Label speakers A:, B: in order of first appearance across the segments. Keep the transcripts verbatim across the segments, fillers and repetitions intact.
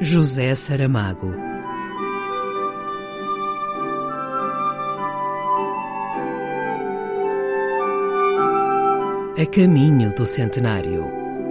A: José Saramago. A caminho do centenário.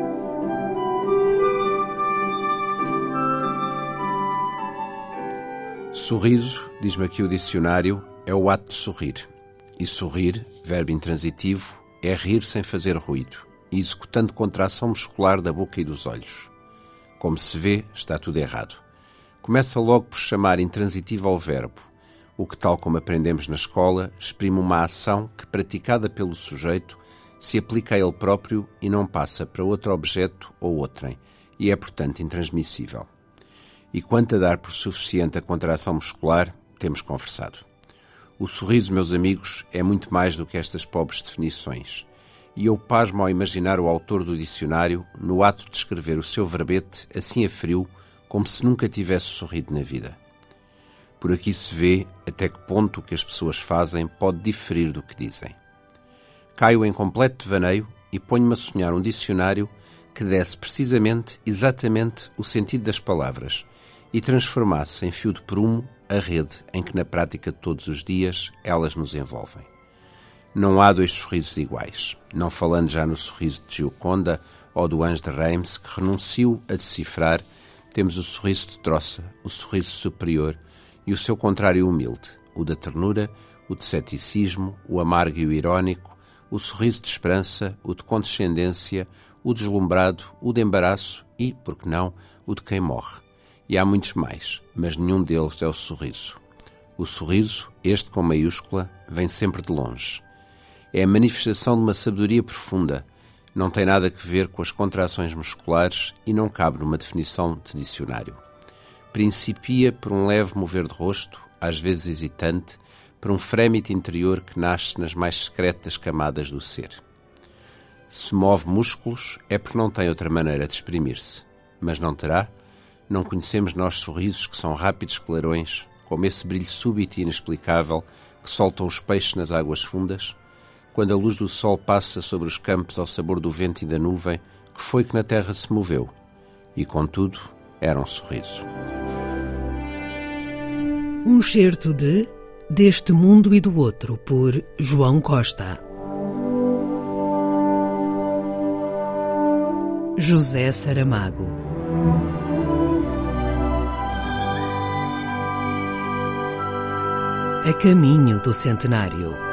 B: Sorriso, diz-me aqui o dicionário, é o ato de sorrir. E sorrir, verbo intransitivo, é rir sem fazer ruído e executando contração muscular da boca e dos olhos. Como se vê, está tudo errado. Começa logo por chamar intransitivo ao verbo, o que, tal como aprendemos na escola, exprime uma ação que, praticada pelo sujeito, se aplica a ele próprio e não passa para outro objeto ou outrem, e é, portanto, intransmissível. E quanto a dar por suficiente a contração muscular, temos conversado. O sorriso, meus amigos, é muito mais do que estas pobres definições. E eu pasmo ao imaginar o autor do dicionário no ato de escrever o seu verbete assim a frio, como se nunca tivesse sorrido na vida. Por aqui se vê até que ponto o que as pessoas fazem pode diferir do que dizem. Caio em completo devaneio e ponho-me a sonhar um dicionário que desse precisamente, exatamente, o sentido das palavras e transformasse em fio de prumo a rede em que na prática de todos os dias elas nos envolvem. Não há dois sorrisos iguais, não falando já no sorriso de Gioconda ou do Ange de Reims, que renuncio a decifrar, temos o sorriso de troça, o sorriso superior e o seu contrário humilde, o da ternura, o de ceticismo, o amargo e o irónico, o sorriso de esperança, o de condescendência, o deslumbrado, o de embaraço e, por que não, o de quem morre. E há muitos mais, mas nenhum deles é o sorriso. O sorriso, este com maiúscula, vem sempre de longe. É a manifestação de uma sabedoria profunda, não tem nada a ver com as contrações musculares e não cabe numa definição de dicionário. Principia por um leve mover de rosto, às vezes hesitante, por um frêmito interior que nasce nas mais secretas camadas do ser. Se move músculos é porque não tem outra maneira de exprimir-se. Mas não terá? Não conhecemos nós sorrisos que são rápidos clarões, como esse brilho súbito e inexplicável que soltam os peixes nas águas fundas? Quando a luz do sol passa sobre os campos ao sabor do vento e da nuvem, que foi que na terra se moveu? E, contudo, era um sorriso.
A: Um certo de Deste Mundo e do Outro, por João Costa. José Saramago. A caminho do centenário.